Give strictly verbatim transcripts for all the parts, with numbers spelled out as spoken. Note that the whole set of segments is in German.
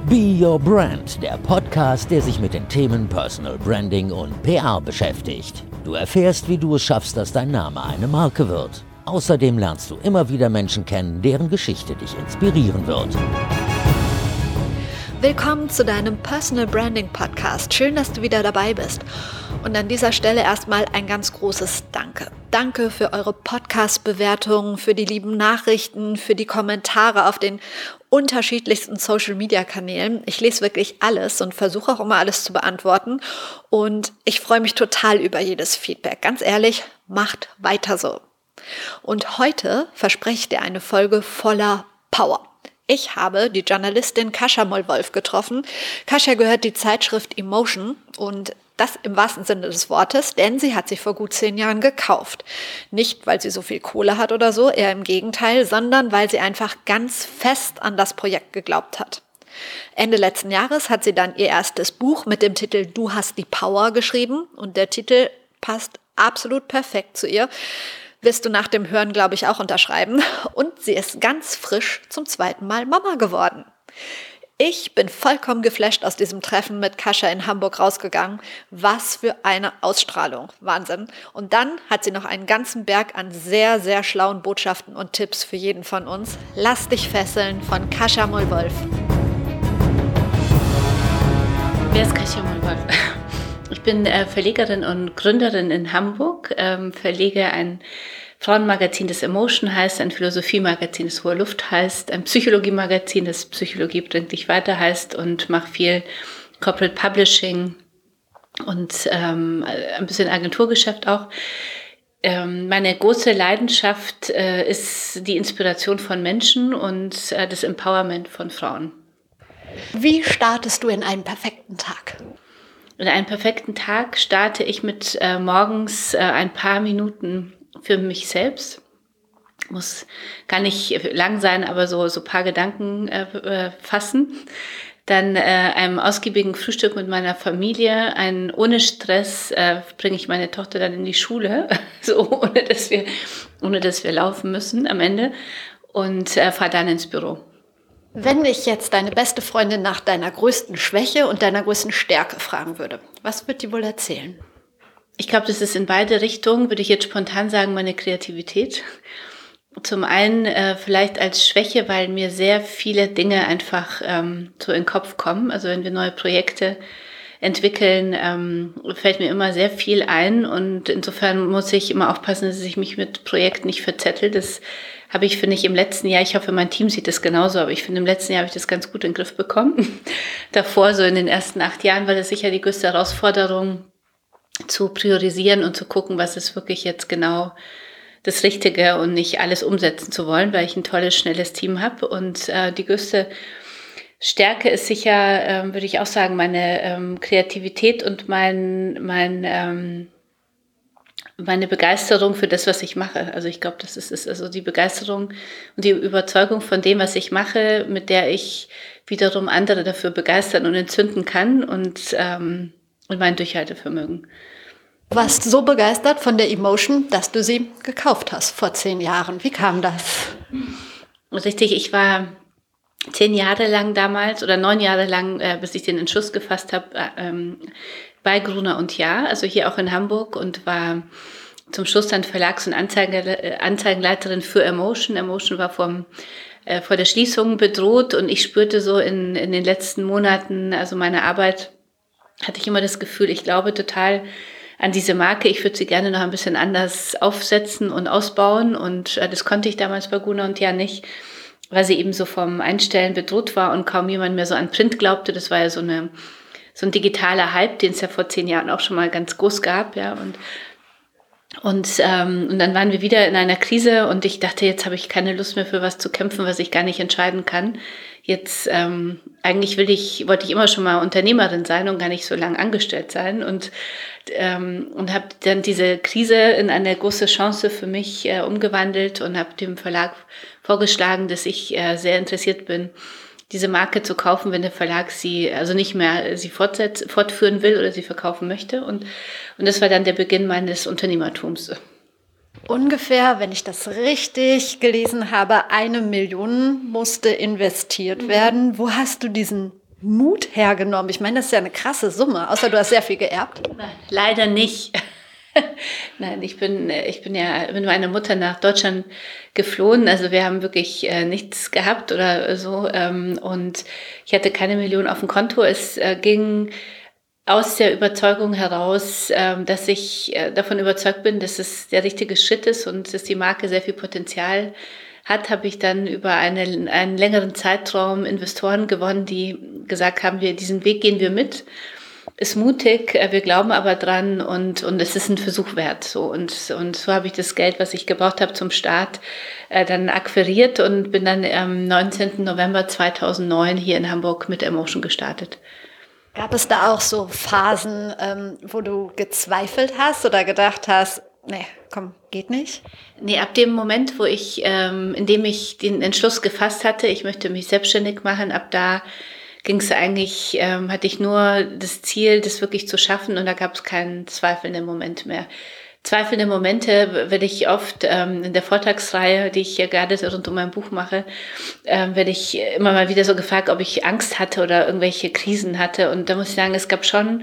Be Your Brand, der Podcast, der sich mit den Themen Personal Branding und P R beschäftigt. Du erfährst, wie du es schaffst, dass dein Name eine Marke wird. Außerdem lernst du immer wieder Menschen kennen, deren Geschichte dich inspirieren wird. Willkommen zu deinem Personal Branding Podcast. Schön, dass du wieder dabei bist. Und an dieser Stelle erstmal ein ganz großes Danke. Danke für eure Podcast-Bewertungen, für die lieben Nachrichten, für die Kommentare auf den unterschiedlichsten Social-Media-Kanälen. Ich lese wirklich alles und versuche auch immer alles zu beantworten. Und ich freue mich total über jedes Feedback. Ganz ehrlich, macht weiter so. Und heute verspreche ich dir eine Folge voller Power. Ich habe die Journalistin Kasia Moll-Wolf getroffen. Kasia gehört die Zeitschrift Emotion und das im wahrsten Sinne des Wortes, denn sie hat sie vor gut zehn Jahren gekauft. Nicht, weil sie so viel Kohle hat oder so, eher im Gegenteil, sondern weil sie einfach ganz fest an das Projekt geglaubt hat. Ende letzten Jahres hat sie dann ihr erstes Buch mit dem Titel Du hast die Power geschrieben und der Titel passt absolut perfekt zu ihr. Wirst du nach dem Hören, glaube ich, auch unterschreiben. Und sie ist ganz frisch zum zweiten Mal Mama geworden. Ich bin vollkommen geflasht aus diesem Treffen mit Kasia in Hamburg rausgegangen. Was für eine Ausstrahlung. Wahnsinn. Und dann hat sie noch einen ganzen Berg an sehr, sehr schlauen Botschaften und Tipps für jeden von uns. Lass dich fesseln von Kasia Moll-Wolf. Wer ist Kasia Moll-Wolf? Ich bin äh, Verlegerin und Gründerin in Hamburg, ähm, verlege ein Frauenmagazin, das Emotion heißt, ein Philosophiemagazin, das Hohe Luft heißt, ein Psychologiemagazin, das Psychologie bringt dich weiter heißt und mache viel Corporate Publishing und ähm, ein bisschen Agenturgeschäft auch. Ähm, meine große Leidenschaft äh, ist die Inspiration von Menschen und äh, das Empowerment von Frauen. Wie startest du in einen perfekten Tag? In einen perfekten Tag starte ich mit äh, morgens äh, ein paar Minuten für mich selbst. Muss gar nicht lang sein, aber so so paar Gedanken äh, äh, fassen. Dann äh, einem ausgiebigen Frühstück mit meiner Familie. Ein ohne Stress äh, bringe ich meine Tochter dann in die Schule, so ohne dass wir ohne dass wir laufen müssen am Ende und äh, fahre dann ins Büro. Wenn ich jetzt deine beste Freundin nach deiner größten Schwäche und deiner größten Stärke fragen würde, was wird die wohl erzählen? Ich glaube, das ist in beide Richtungen, würde ich jetzt spontan sagen, meine Kreativität. Zum einen äh, vielleicht als Schwäche, weil mir sehr viele Dinge einfach ähm, so in den Kopf kommen. Also wenn wir neue Projekte entwickeln, ähm, fällt mir immer sehr viel ein und insofern muss ich immer aufpassen, dass ich mich mit Projekten nicht verzettel. Das habe ich, finde ich, im letzten Jahr, ich hoffe, mein Team sieht das genauso, aber ich finde, im letzten Jahr habe ich das ganz gut in den Griff bekommen. Davor, so in den ersten acht Jahren, war das sicher die größte Herausforderung, zu priorisieren und zu gucken, was ist wirklich jetzt genau das Richtige und nicht alles umsetzen zu wollen, weil ich ein tolles, schnelles Team habe. Und äh, die größte Stärke ist sicher, ähm, würde ich auch sagen, meine ähm, Kreativität und mein, mein ähm, meine Begeisterung für das, was ich mache. Also ich glaube, das ist, ist also die Begeisterung und die Überzeugung von dem, was ich mache, mit der ich wiederum andere dafür begeistern und entzünden kann und, ähm, und mein Durchhaltevermögen. Du warst so begeistert von der Emotion, dass du sie gekauft hast vor zehn Jahren. Wie kam das? Richtig, ich war zehn Jahre lang damals oder neun Jahre lang, äh, bis ich den Entschluss gefasst habe, äh, ähm, bei Gruner und Jahr, also hier auch in Hamburg und war zum Schluss dann Verlags- und Anzeige, Anzeigenleiterin für Emotion. Emotion war vom, äh, vor der Schließung bedroht und ich spürte so in, in den letzten Monaten, also meine Arbeit, hatte ich immer das Gefühl, ich glaube total an diese Marke. Ich würde sie gerne noch ein bisschen anders aufsetzen und ausbauen und äh, das konnte ich damals bei Gruner und Jahr nicht, weil sie eben so vom Einstellen bedroht war und kaum jemand mehr so an Print glaubte. Das war ja so eine so ein digitaler Hype, den es ja vor zehn Jahren auch schon mal ganz groß gab, ja, und und ähm, und dann waren wir wieder in einer Krise und ich dachte, jetzt habe ich keine Lust mehr für was zu kämpfen, was ich gar nicht entscheiden kann. Jetzt ähm, eigentlich will ich wollte ich immer schon mal Unternehmerin sein und gar nicht so lange angestellt sein und ähm, und habe dann diese Krise in eine große Chance für mich äh, umgewandelt und habe dem Verlag vorgeschlagen, dass ich äh, sehr interessiert bin, diese Marke zu kaufen, wenn der Verlag sie also nicht mehr sie fortsetz, fortführen will oder sie verkaufen möchte. Und, und das war dann der Beginn meines Unternehmertums. Ungefähr, wenn ich das richtig gelesen habe, eine Million musste investiert werden. Wo hast du diesen Mut hergenommen? Ich meine, das ist ja eine krasse Summe, außer du hast sehr viel geerbt. Nein, leider nicht. Nein, ich bin, ich bin ja mit meiner Mutter nach Deutschland geflohen. Also wir haben wirklich äh, nichts gehabt oder so. Ähm, und ich hatte keine Million auf dem Konto. Es äh, ging aus der Überzeugung heraus, äh, dass ich äh, davon überzeugt bin, dass es der richtige Schritt ist und dass die Marke sehr viel Potenzial hat, habe ich dann über eine, einen längeren Zeitraum Investoren gewonnen, die gesagt haben, wir, diesen Weg gehen wir mit. Ist mutig, wir glauben aber dran und, und es ist ein Versuch wert. So. Und, und so habe ich das Geld, was ich gebraucht habe zum Start, äh, dann akquiriert und bin dann am neunzehnten November zweitausendneun hier in Hamburg mit Emotion gestartet. Gab es da auch so Phasen, ähm, wo du gezweifelt hast oder gedacht hast, nee, komm, geht nicht? Nee, ab dem Moment, wo ich, ähm, in dem ich den Entschluss gefasst hatte, ich möchte mich selbstständig machen, ab da ging es eigentlich, ähm, hatte ich nur das Ziel, das wirklich zu schaffen und da gab es keinen zweifelnden Moment mehr. Zweifelnde Momente werde ich oft ähm, in der Vortragsreihe, die ich hier gerade rund um mein Buch mache, ähm, werde ich immer mal wieder so gefragt, ob ich Angst hatte oder irgendwelche Krisen hatte. Und da muss ich sagen, es gab schon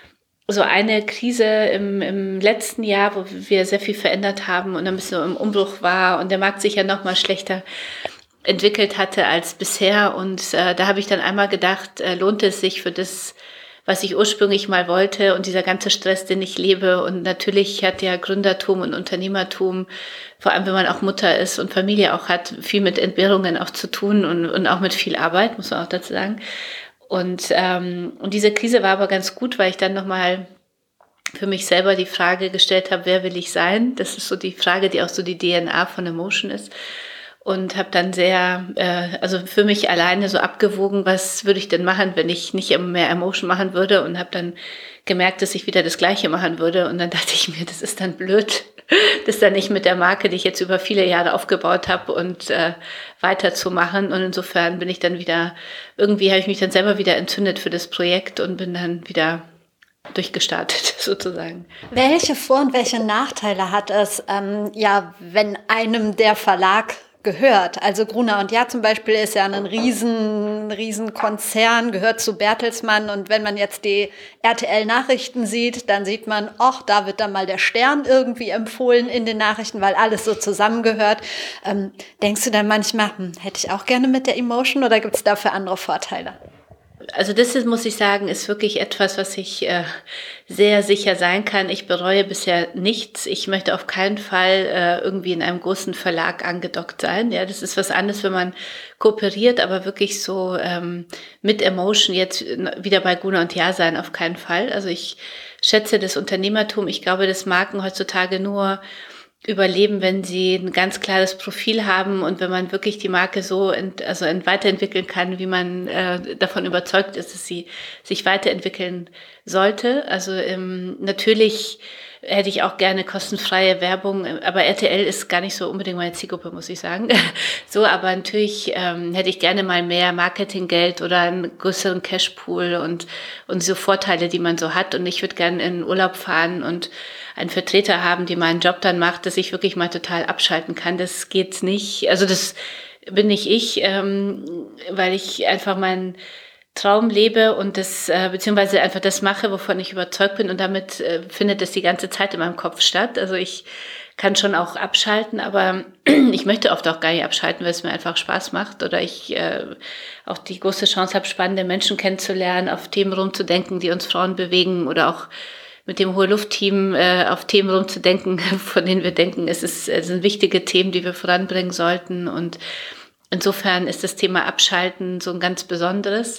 so eine Krise im, im letzten Jahr, wo wir sehr viel verändert haben und ein bisschen im Umbruch war und der Markt sich ja noch mal schlechter entwickelt hatte als bisher. Und äh, da habe ich dann einmal gedacht, äh, lohnt es sich für das, was ich ursprünglich mal wollte und dieser ganze Stress, den ich lebe. Und natürlich hat ja Gründertum und Unternehmertum, vor allem wenn man auch Mutter ist und Familie auch hat, viel mit Entbehrungen auch zu tun und, und auch mit viel Arbeit, muss man auch dazu sagen. Und, ähm, und diese Krise war aber ganz gut, weil ich dann nochmal für mich selber die Frage gestellt habe, wer will ich sein? Das ist so die Frage, die auch so die D N A von Emotion ist. Und habe dann sehr, äh, also für mich alleine so abgewogen, was würde ich denn machen, wenn ich nicht mehr Emotion machen würde und habe dann gemerkt, dass ich wieder das Gleiche machen würde und dann dachte ich mir, das ist dann blöd, das dann nicht mit der Marke, die ich jetzt über viele Jahre aufgebaut habe und äh, weiterzumachen und insofern bin ich dann wieder, irgendwie habe ich mich dann selber wieder entzündet für das Projekt und bin dann wieder durchgestartet sozusagen. Welche Vor- und welche Nachteile hat es, ähm, ja, wenn einem der Verlag gehört? Also Gruner und Jahr zum Beispiel ist ja ein riesen, riesen Konzern, gehört zu Bertelsmann und wenn man jetzt die R T L-Nachrichten sieht, dann sieht man, ach, da wird dann mal der Stern irgendwie empfohlen in den Nachrichten, weil alles so zusammengehört. Ähm, denkst du dann manchmal, hm, hätte ich auch gerne mit der Emotion oder gibt es dafür andere Vorteile? Also das ist, muss ich sagen, ist wirklich etwas, was ich äh, sehr sicher sein kann. Ich bereue bisher nichts. Ich möchte auf keinen Fall äh, irgendwie in einem großen Verlag angedockt sein. Ja, das ist was anderes, wenn man kooperiert, aber wirklich so ähm, mit Emotion jetzt wieder bei Gruner und Jahr sein, auf keinen Fall. Also ich schätze das Unternehmertum. Ich glaube, dass Marken heutzutage nur überleben, wenn sie ein ganz klares Profil haben und wenn man wirklich die Marke so ent, also ent, weiterentwickeln kann, wie man äh, davon überzeugt ist, dass sie sich weiterentwickeln sollte. Also ähm, natürlich hätte ich auch gerne kostenfreie Werbung, aber R T L ist gar nicht so unbedingt meine Zielgruppe, muss ich sagen. So, aber natürlich ähm, hätte ich gerne mal mehr Marketinggeld oder einen größeren Cashpool und und so Vorteile, die man so hat. Und ich würde gerne in Urlaub fahren und einen Vertreter haben, die meinen Job dann macht, dass ich wirklich mal total abschalten kann. Das geht nicht. Also das bin nicht ich, ähm, weil ich einfach meinen Traum lebe und das, äh, beziehungsweise einfach das mache, wovon ich überzeugt bin und damit äh, findet es die ganze Zeit in meinem Kopf statt. Also ich kann schon auch abschalten, aber ich möchte oft auch gar nicht abschalten, weil es mir einfach Spaß macht oder ich äh, auch die große Chance habe, spannende Menschen kennenzulernen, auf Themen rumzudenken, die uns Frauen bewegen oder auch mit dem Hohe Luft-Team äh, auf Themen rumzudenken, von denen wir denken, es, ist, es sind wichtige Themen, die wir voranbringen sollten und insofern ist das Thema Abschalten so ein ganz besonderes.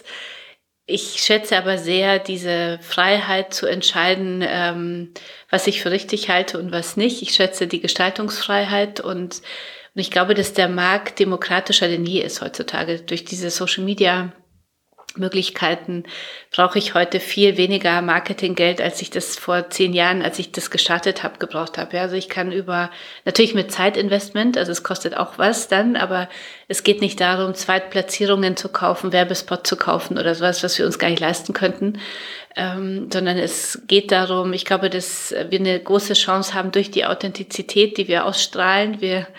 Ich schätze aber sehr diese Freiheit zu entscheiden, ähm, was ich für richtig halte und was nicht. Ich schätze die Gestaltungsfreiheit und, und ich glaube, dass der Markt demokratischer denn je ist heutzutage. Durch diese Social-Media Möglichkeiten brauche ich heute viel weniger Marketinggeld, als ich das vor zehn Jahren, als ich das gestartet habe, gebraucht habe. Ja, also ich kann über, natürlich mit Zeitinvestment, also es kostet auch was dann, aber es geht nicht darum, Zweitplatzierungen zu kaufen, Werbespot zu kaufen oder sowas, was wir uns gar nicht leisten könnten, ähm, sondern es geht darum, ich glaube, dass wir eine große Chance haben durch die Authentizität, die wir ausstrahlen. Wir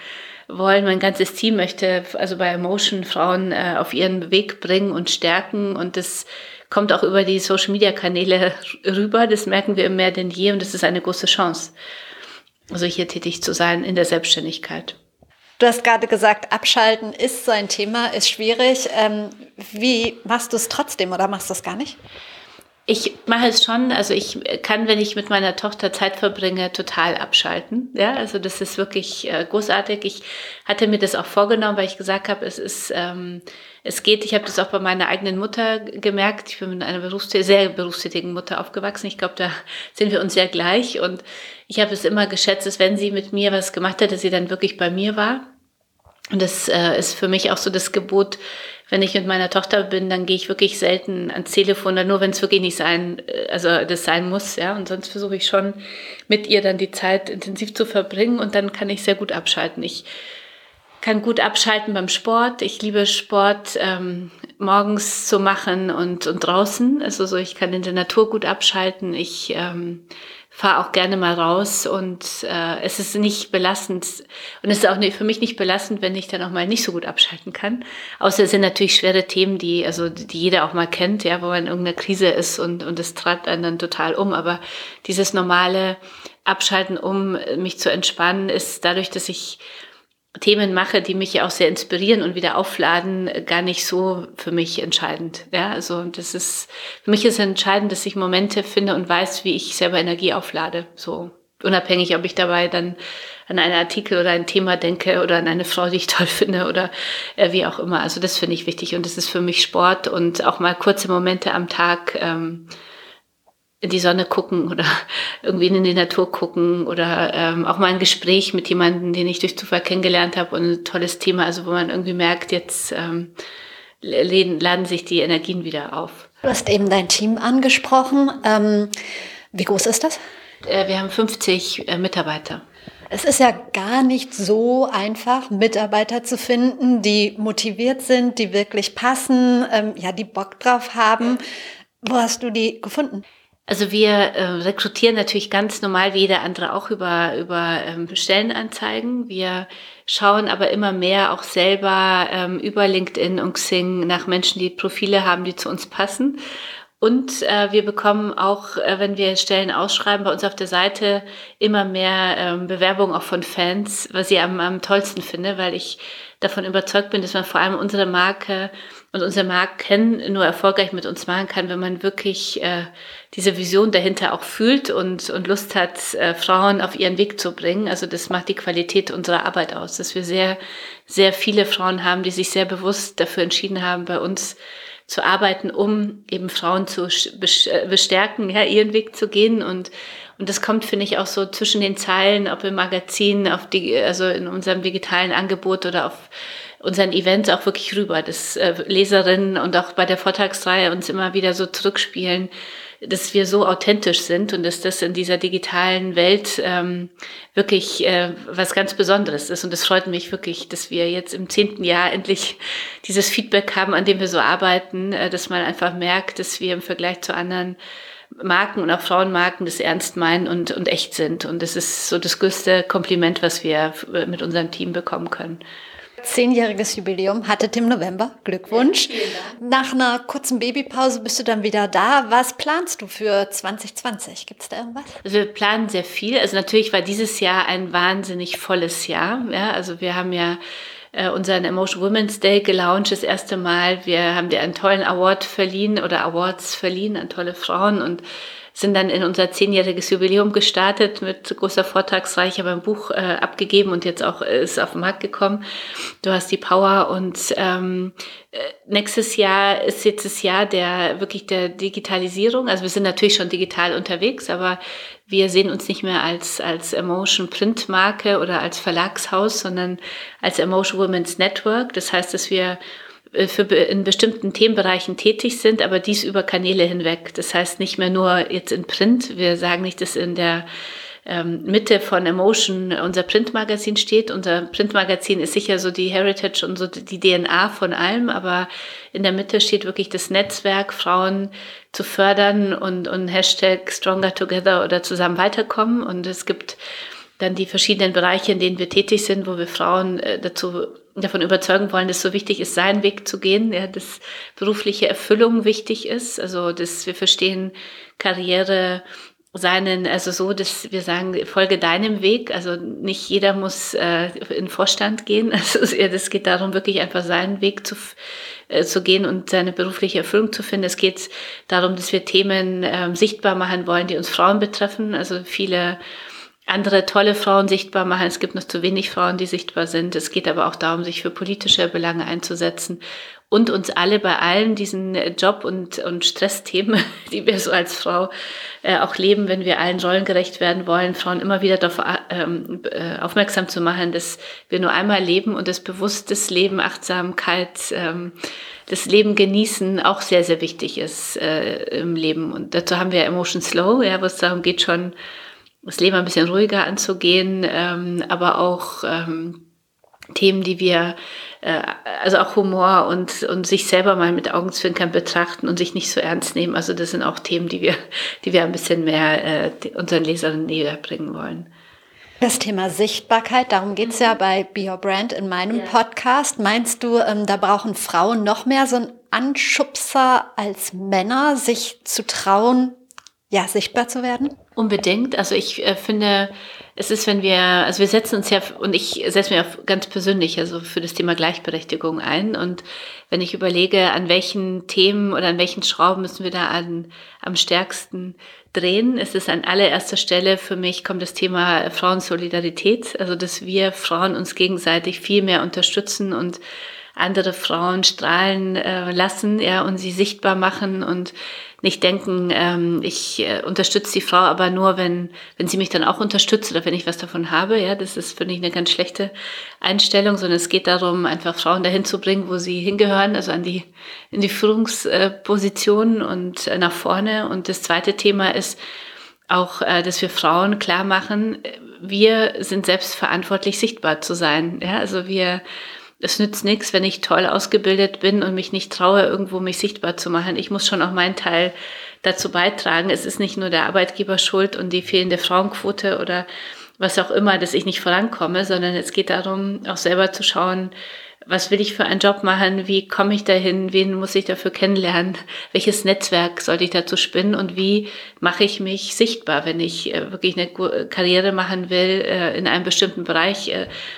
wollen, mein ganzes Team möchte, also bei Emotion Frauen äh, auf ihren Weg bringen und stärken. Und das kommt auch über die Social-Media-Kanäle rüber. Das merken wir mehr denn je und das ist eine große Chance, also hier tätig zu sein in der Selbstständigkeit. Du hast gerade gesagt, abschalten ist so ein Thema, ist schwierig. Ähm, wie machst du es trotzdem oder machst du es gar nicht? Ich mache es schon, also ich kann, wenn ich mit meiner Tochter Zeit verbringe, total abschalten. Ja, also das ist wirklich äh, großartig. Ich hatte mir das auch vorgenommen, weil ich gesagt habe, es ist, ähm, es geht. Ich habe das auch bei meiner eigenen Mutter gemerkt. Ich bin mit einer berufstä- sehr berufstätigen Mutter aufgewachsen. Ich glaube, da sind wir uns sehr gleich. Und ich habe es immer geschätzt, dass wenn sie mit mir was gemacht hat, dass sie dann wirklich bei mir war. Und das äh, ist für mich auch so das Gebot. Wenn ich mit meiner Tochter bin, dann gehe ich wirklich selten ans Telefon, oder nur wenn es wirklich nicht sein, also das sein muss, ja. Und sonst versuche ich schon mit ihr dann die Zeit intensiv zu verbringen und dann kann ich sehr gut abschalten. Ich kann gut abschalten beim Sport. Ich liebe Sport ähm, morgens zu machen und und draußen. Also so, ich kann in der Natur gut abschalten. Ich ähm, fahre auch gerne mal raus und äh, es ist nicht belastend und es ist auch nicht, für mich nicht belastend, wenn ich dann auch mal nicht so gut abschalten kann. Außer es sind natürlich schwere Themen, die also die jeder auch mal kennt, ja, wo man in irgendeiner Krise ist und und es treibt einen dann total um. Aber dieses normale Abschalten, um mich zu entspannen, ist dadurch, dass ich Themen mache, die mich ja auch sehr inspirieren und wieder aufladen, gar nicht so für mich entscheidend. Ja, also das ist, für mich ist entscheidend, dass ich Momente finde und weiß, wie ich selber Energie auflade. So unabhängig, ob ich dabei dann an einen Artikel oder ein Thema denke oder an eine Frau, die ich toll finde oder äh, wie auch immer. Also das finde ich wichtig und das ist für mich Sport und auch mal kurze Momente am Tag, ähm, in die Sonne gucken oder irgendwie in die Natur gucken oder ähm, auch mal ein Gespräch mit jemandem, den ich durch Zufall kennengelernt habe und ein tolles Thema, also wo man irgendwie merkt, jetzt ähm, laden sich die Energien wieder auf. Du hast eben dein Team angesprochen. Ähm, wie groß ist das? Äh, wir haben fünfzig äh, Mitarbeiter. Es ist ja gar nicht so einfach, Mitarbeiter zu finden, die motiviert sind, die wirklich passen, ähm, ja, die Bock drauf haben. Wo hast du die gefunden? Also wir äh, rekrutieren natürlich ganz normal wie jeder andere auch über über ähm, Stellenanzeigen. Wir schauen aber immer mehr auch selber ähm, über LinkedIn und Xing nach Menschen, die Profile haben, die zu uns passen. Und äh, wir bekommen auch, äh, wenn wir Stellen ausschreiben, bei uns auf der Seite immer mehr ähm, Bewerbungen auch von Fans, was ich am, am tollsten finde, weil ich davon überzeugt bin, dass man vor allem unsere Marke und unsere Marken nur erfolgreich mit uns machen kann, wenn man wirklich äh, diese Vision dahinter auch fühlt und, und Lust hat, äh, Frauen auf ihren Weg zu bringen. Also das macht die Qualität unserer Arbeit aus, dass wir sehr, sehr viele Frauen haben, die sich sehr bewusst dafür entschieden haben, bei uns zu arbeiten, um eben Frauen zu bestärken, ja, ihren Weg zu gehen. Und, und das kommt, finde ich, auch so zwischen den Zeilen, ob im Magazin, auf die, also in unserem digitalen Angebot oder auf unseren Events auch wirklich rüber, dass äh, Leserinnen und auch bei der Vortragsreihe uns immer wieder so zurückspielen, dass wir so authentisch sind und dass das in dieser digitalen Welt ähm, wirklich äh, was ganz Besonderes ist. Und es freut mich wirklich, dass wir jetzt im zehnten Jahr endlich dieses Feedback haben, an dem wir so arbeiten, äh, dass man einfach merkt, dass wir im Vergleich zu anderen Marken und auch Frauenmarken das ernst meinen und, und echt sind. Und das ist so das größte Kompliment, was wir mit unserem Team bekommen können. Zehnjähriges Jubiläum hattet im November. Glückwunsch. Nach einer kurzen Babypause bist du dann wieder da. Was planst du für zwanzig zwanzig? Gibt es da irgendwas? Also wir planen sehr viel. Also natürlich war dieses Jahr ein wahnsinnig volles Jahr. Ja, also wir haben ja äh, unseren Emotion Women's Day gelauncht das erste Mal. Wir haben dir einen tollen Award verliehen oder Awards verliehen an tolle Frauen und sind dann in unser zehnjähriges Jubiläum gestartet mit großer Vortragsreihe. Ich habe ein Buch äh, abgegeben und jetzt auch äh, ist auf den Markt gekommen. Du hast die Power und ähm, nächstes Jahr ist jetzt das Jahr der wirklich der Digitalisierung. Also wir sind natürlich schon digital unterwegs, aber wir sehen uns nicht mehr als als Emotion Print Marke oder als Verlagshaus, sondern als Emotion Women's Network. Das heißt, dass wir für in bestimmten Themenbereichen tätig sind, aber dies über Kanäle hinweg. Das heißt nicht mehr nur jetzt in Print. Wir sagen nicht, dass in der ähm, Mitte von Emotion unser Printmagazin steht. Unser Printmagazin ist sicher so die Heritage und so die D N A von allem, aber in der Mitte steht wirklich das Netzwerk, Frauen zu fördern und, und Hashtag Stronger Together oder zusammen weiterkommen. Und es gibt dann die verschiedenen Bereiche, in denen wir tätig sind, wo wir Frauen äh, dazu davon überzeugen wollen, dass es so wichtig ist, seinen Weg zu gehen, ja, dass berufliche Erfüllung wichtig ist, also dass wir verstehen, Karriere seinen, also so, dass wir sagen, folge deinem Weg, also nicht jeder muss äh, in den Vorstand gehen, also es geht darum, wirklich einfach seinen Weg zu, äh, zu gehen und seine berufliche Erfüllung zu finden. Es geht darum, dass wir Themen äh, sichtbar machen wollen, die uns Frauen betreffen, also viele andere tolle Frauen sichtbar machen. Es gibt noch zu wenig Frauen, die sichtbar sind. Es geht aber auch darum, sich für politische Belange einzusetzen und uns alle bei allen diesen Job- und, und Stressthemen, die wir so als Frau äh, auch leben, wenn wir allen Rollen gerecht werden wollen, Frauen immer wieder darauf ähm, äh, aufmerksam zu machen, dass wir nur einmal leben und das bewusstes Leben, Achtsamkeit, ähm, das Leben genießen auch sehr, sehr wichtig ist äh, im Leben. Und dazu haben wir Emotion Slow, ja, wo es darum geht, schon das Leben ein bisschen ruhiger anzugehen, ähm, aber auch ähm, Themen, die wir, äh, also auch Humor und, und sich selber mal mit Augenzwinkern betrachten und sich nicht so ernst nehmen. Also das sind auch Themen, die wir, die wir ein bisschen mehr äh, unseren Leserinnen näher bringen wollen. Das Thema Sichtbarkeit, darum geht's ja bei Be Your Brand in meinem ja. Podcast. Meinst du, ähm, da brauchen Frauen noch mehr so einen Anschubser als Männer, sich zu trauen, ja, sichtbar zu werden? Unbedingt. Also ich äh, finde, es ist, wenn wir, also wir setzen uns ja, und ich setze mich auf ganz persönlich, also für das Thema Gleichberechtigung ein. Und wenn ich überlege, an welchen Themen oder an welchen Schrauben müssen wir da an, am stärksten drehen, ist es an allererster Stelle für mich, kommt das Thema Frauensolidarität. Also, dass wir Frauen uns gegenseitig viel mehr unterstützen und andere Frauen strahlen äh, lassen, ja, und sie sichtbar machen und nicht denken, ähm, ich äh, unterstütze die Frau aber nur, wenn wenn sie mich dann auch unterstützt oder wenn ich was davon habe. Ja, das ist, finde ich, eine ganz schlechte Einstellung, sondern es geht darum, einfach Frauen dahin zu bringen, wo sie hingehören, also an die in die Führungspositionen und äh, nach vorne. Und das zweite Thema ist auch, äh, dass wir Frauen klar machen, wir sind selbst verantwortlich, sichtbar zu sein. Ja, also wir Es nützt nichts, wenn ich toll ausgebildet bin und mich nicht traue, irgendwo mich sichtbar zu machen. Ich muss schon auch meinen Teil dazu beitragen. Es ist nicht nur der Arbeitgeber schuld und die fehlende Frauenquote oder was auch immer, dass ich nicht vorankomme, sondern es geht darum, auch selber zu schauen, was will ich für einen Job machen, wie komme ich dahin, wen muss ich dafür kennenlernen, welches Netzwerk sollte ich dazu spinnen und wie mache ich mich sichtbar, wenn ich wirklich eine Karriere machen will in einem bestimmten Bereich.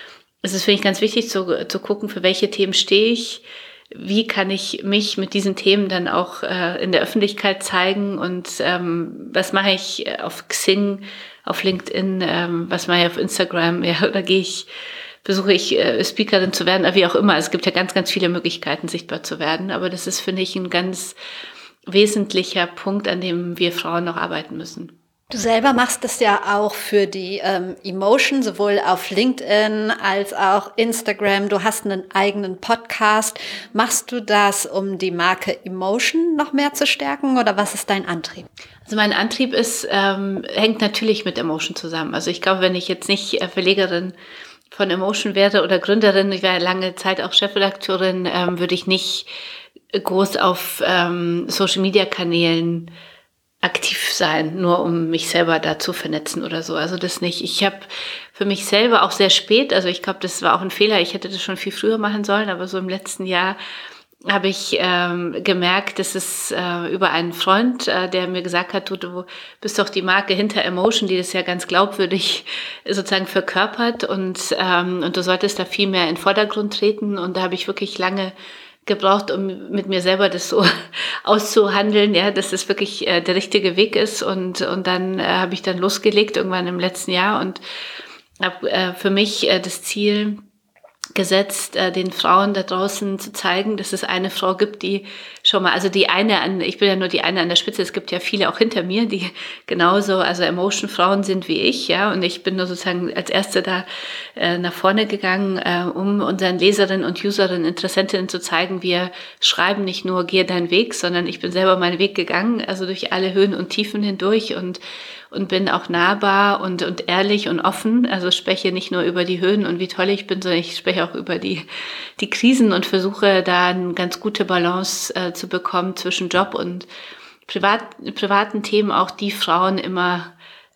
Es ist, finde ich, ganz wichtig zu, zu gucken, für welche Themen stehe ich, wie kann ich mich mit diesen Themen dann auch äh, in der Öffentlichkeit zeigen und ähm, was mache ich auf Xing, auf LinkedIn, ähm, was mache ich auf Instagram, ja, oder gehe ich, versuche ich äh, Speakerin zu werden, wie auch immer. Es gibt ja ganz, ganz viele Möglichkeiten, sichtbar zu werden, aber das ist, finde ich, ein ganz wesentlicher Punkt, an dem wir Frauen noch arbeiten müssen. Du selber machst es ja auch für die ähm, Emotion, sowohl auf LinkedIn als auch Instagram. Du hast einen eigenen Podcast. Machst du das, um die Marke Emotion noch mehr zu stärken oder was ist dein Antrieb? Also mein Antrieb ist, ähm, hängt natürlich mit Emotion zusammen. Also ich glaube, wenn ich jetzt nicht äh, Verlegerin von Emotion wäre oder Gründerin, ich war lange Zeit auch Chefredakteurin, ähm, würde ich nicht groß auf ähm, Social-Media-Kanälen aktiv sein, nur um mich selber da zu vernetzen oder so. Also das nicht. Ich habe für mich selber auch sehr spät, also ich glaube, das war auch ein Fehler, ich hätte das schon viel früher machen sollen, aber so im letzten Jahr habe ich ähm, gemerkt, dass es äh, über einen Freund, äh, der mir gesagt hat, du, du bist doch die Marke hinter Emotion, die das ja ganz glaubwürdig sozusagen verkörpert und, ähm, und du solltest da viel mehr in den Vordergrund treten. Und da habe ich wirklich lange gebraucht, um mit mir selber das so auszuhandeln, ja, dass das wirklich äh, der richtige Weg ist. Und und dann äh, habe ich dann losgelegt irgendwann im letzten Jahr und habe äh, für mich äh, das Ziel gesetzt, äh, den Frauen da draußen zu zeigen, dass es eine Frau gibt, die schon mal, also die eine an, ich bin ja nur die eine an der Spitze, es gibt ja viele auch hinter mir, die genauso, also Emotion-Frauen sind wie ich, ja, und ich bin nur sozusagen als Erste da äh, nach vorne gegangen, äh, um unseren Leserinnen und Userinnen, Interessentinnen zu zeigen, wir schreiben nicht nur, gehe deinen Weg, sondern ich bin selber meinen Weg gegangen, also durch alle Höhen und Tiefen hindurch und und bin auch nahbar und, und ehrlich und offen. Also spreche nicht nur über die Höhen und wie toll ich bin, sondern ich spreche auch über die, die Krisen und versuche da eine ganz gute Balance äh, zu bekommen zwischen Job und Privat, privaten Themen, auch die Frauen immer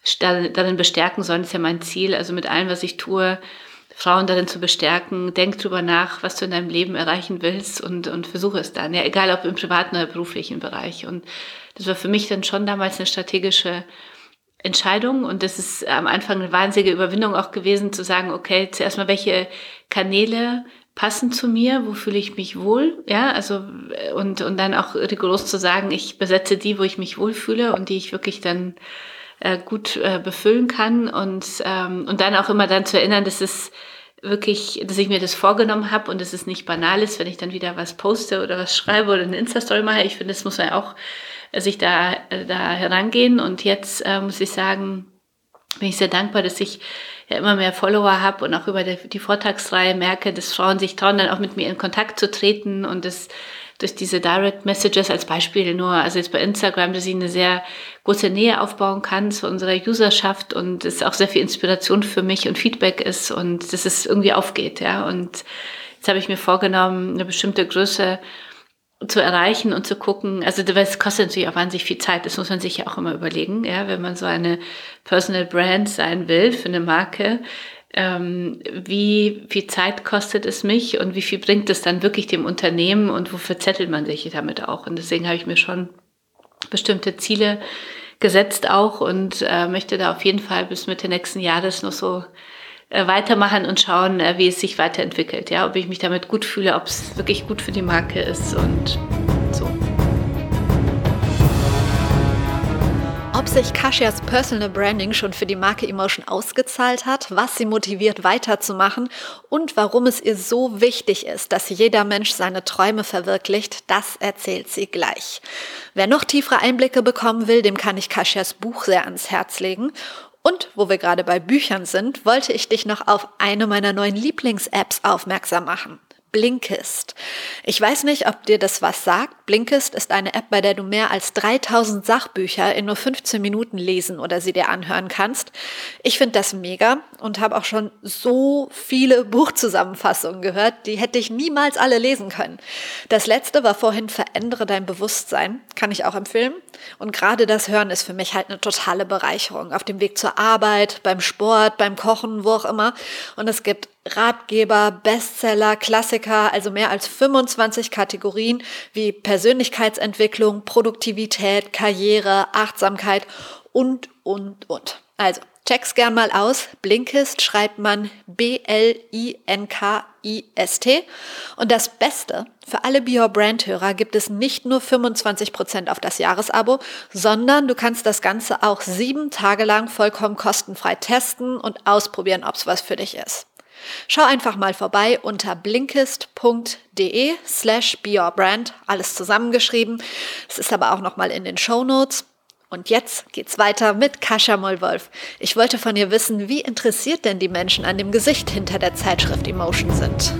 darin bestärken sollen, ist ja mein Ziel, also mit allem, was ich tue, Frauen darin zu bestärken, denk drüber nach, was du in deinem Leben erreichen willst und, und versuche es dann, ja, egal ob im privaten oder beruflichen Bereich. Und das war für mich dann schon damals eine strategische Entscheidung und das ist am Anfang eine wahnsinnige Überwindung auch gewesen, zu sagen, okay, zuerst mal, welche Kanäle passen zu mir, wo fühle ich mich wohl, ja, also und, und dann auch rigoros zu sagen, ich besetze die, wo ich mich wohlfühle und die ich wirklich dann äh, gut äh, befüllen kann und, ähm, und dann auch immer dann zu erinnern, dass es wirklich, dass ich mir das vorgenommen habe und dass es nicht banal ist, wenn ich dann wieder was poste oder was schreibe oder eine Insta-Story mache. Ich finde, das muss man ja auch sich da, da herangehen. Und jetzt äh, muss ich sagen, bin ich sehr dankbar, dass ich ja immer mehr Follower habe und auch über die, die Vortragsreihe merke, dass Frauen sich trauen, dann auch mit mir in Kontakt zu treten und das durch diese Direct Messages als Beispiel nur, also jetzt bei Instagram, dass ich eine sehr große Nähe aufbauen kann zu unserer Userschaft und es auch sehr viel Inspiration für mich und Feedback ist und dass es irgendwie aufgeht, ja. Und jetzt habe ich mir vorgenommen, eine bestimmte Größe zu erreichen und zu gucken, also das kostet natürlich auch wahnsinnig viel Zeit, das muss man sich ja auch immer überlegen, ja, wenn man so eine Personal Brand sein will für eine Marke, ähm, wie viel Zeit kostet es mich und wie viel bringt es dann wirklich dem Unternehmen und wofür zettelt man sich damit auch, und deswegen habe ich mir schon bestimmte Ziele gesetzt auch und äh, möchte da auf jeden Fall bis Mitte nächsten Jahres noch so äh, weitermachen und schauen, äh, wie es sich weiterentwickelt, ja, ob ich mich damit gut fühle, ob es wirklich gut für die Marke ist und so. Ob sich Kashias Personal Branding schon für die Marke Emotion ausgezahlt hat, was sie motiviert weiterzumachen und warum es ihr so wichtig ist, dass jeder Mensch seine Träume verwirklicht, das erzählt sie gleich. Wer noch tiefere Einblicke bekommen will, dem kann ich Kashias Buch sehr ans Herz legen. Und wo wir gerade bei Büchern sind, wollte ich dich noch auf eine meiner neuen Lieblings-Apps aufmerksam machen. Blinkist. Ich weiß nicht, ob dir das was sagt. Blinkist ist eine App, bei der du mehr als dreitausend Sachbücher in nur fünfzehn Minuten lesen oder sie dir anhören kannst. Ich finde das mega und habe auch schon so viele Buchzusammenfassungen gehört, die hätte ich niemals alle lesen können. Das letzte war vorhin Verändere dein Bewusstsein. Kann ich auch empfehlen. Und gerade das Hören ist für mich halt eine totale Bereicherung. Auf dem Weg zur Arbeit, beim Sport, beim Kochen, wo auch immer. Und es gibt Ratgeber, Bestseller, Klassiker, also mehr als fünfundzwanzig Kategorien wie Persönlichkeitsentwicklung, Produktivität, Karriere, Achtsamkeit und, und, und. Also check's gern mal aus. Blinkist schreibt man B L I N K I S T. Und das Beste, für alle Be Your Brand-Hörer gibt es nicht nur fünfundzwanzig Prozent auf das Jahresabo, sondern du kannst das Ganze auch sieben Tage lang vollkommen kostenfrei testen und ausprobieren, ob es was für dich ist. Schau einfach mal vorbei unter blinkist.de slash beyourbrand, alles zusammengeschrieben. Es ist aber auch nochmal in den Shownotes. Und jetzt geht's weiter mit Kasia Moll-Wolf. Ich wollte von ihr wissen, wie interessiert denn die Menschen an dem Gesicht hinter der Zeitschrift Emotion sind.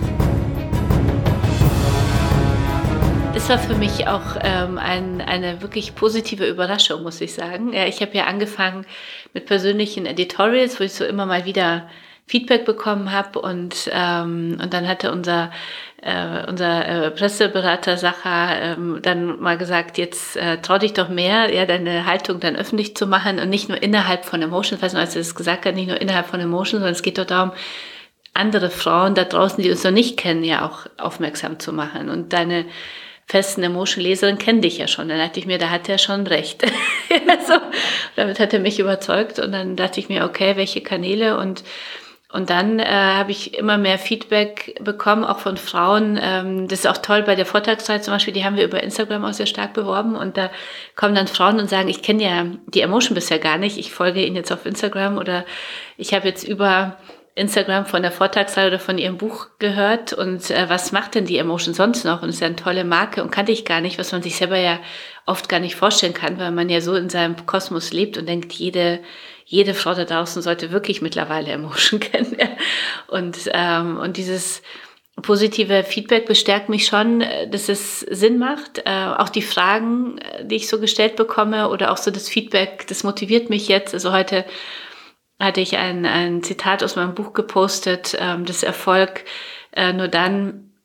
Das war für mich auch ähm, ein, eine wirklich positive Überraschung, muss ich sagen. Ja, ich habe ja angefangen mit persönlichen Editorials, wo ich so immer mal wieder Feedback bekommen habe und ähm, und dann hatte unser äh, unser äh, Presseberater Sacha ähm, dann mal gesagt, jetzt äh, trau dich doch mehr, ja, deine Haltung dann öffentlich zu machen und nicht nur innerhalb von Emotion, ich weiß nicht, als er das gesagt hat, nicht nur innerhalb von Emotion, sondern es geht doch darum, andere Frauen da draußen, die uns noch nicht kennen, ja auch aufmerksam zu machen. Und deine festen Emotion-Leserin kennen dich ja schon. Dann dachte ich mir, da hat er schon recht. Also, damit hat er mich überzeugt und dann dachte ich mir, okay, welche Kanäle und Und dann äh, habe ich immer mehr Feedback bekommen, auch von Frauen. Ähm, das ist auch toll bei der Vortragsreihe zum Beispiel, die haben wir über Instagram auch sehr stark beworben. Und da kommen dann Frauen und sagen, ich kenne ja die Emotion bisher gar nicht, ich folge Ihnen jetzt auf Instagram oder ich habe jetzt über Instagram von der Vortragsreihe oder von Ihrem Buch gehört. Und äh, was macht denn die Emotion sonst noch? Und es ist ja eine tolle Marke und kannte ich gar nicht, was man sich selber ja oft gar nicht vorstellen kann, weil man ja so in seinem Kosmos lebt und denkt, jede Jede Frau da draußen sollte wirklich mittlerweile Emotion kennen. Ja. Und, ähm, und dieses positive Feedback bestärkt mich schon, dass es Sinn macht. Äh, auch die Fragen, die ich so gestellt bekomme oder auch so das Feedback, das motiviert mich jetzt. Also heute hatte ich ein, ein Zitat aus meinem Buch gepostet, ähm, dass Erfolg äh, nur dann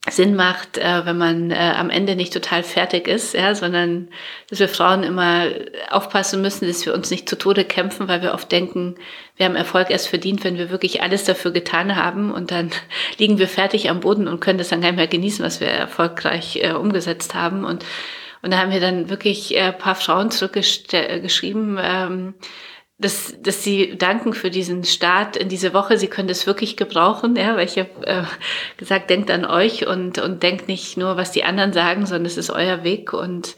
Sinn macht, äh, wenn man äh, am Ende nicht total fertig ist, ja, sondern dass wir Frauen immer aufpassen müssen, dass wir uns nicht zu Tode kämpfen, weil wir oft denken, wir haben Erfolg erst verdient, wenn wir wirklich alles dafür getan haben, und dann liegen wir fertig am Boden und können das dann gar nicht mehr genießen, was wir erfolgreich äh, umgesetzt haben. Und und da haben wir dann wirklich äh, ein paar Frauen zurückgeschrieben, ähm, dass, dass sie danken für diesen Start in diese Woche. Sie können das wirklich gebrauchen, ja, weil ich habe äh, gesagt, denkt an euch und und denkt nicht nur, was die anderen sagen, sondern es ist euer Weg. Und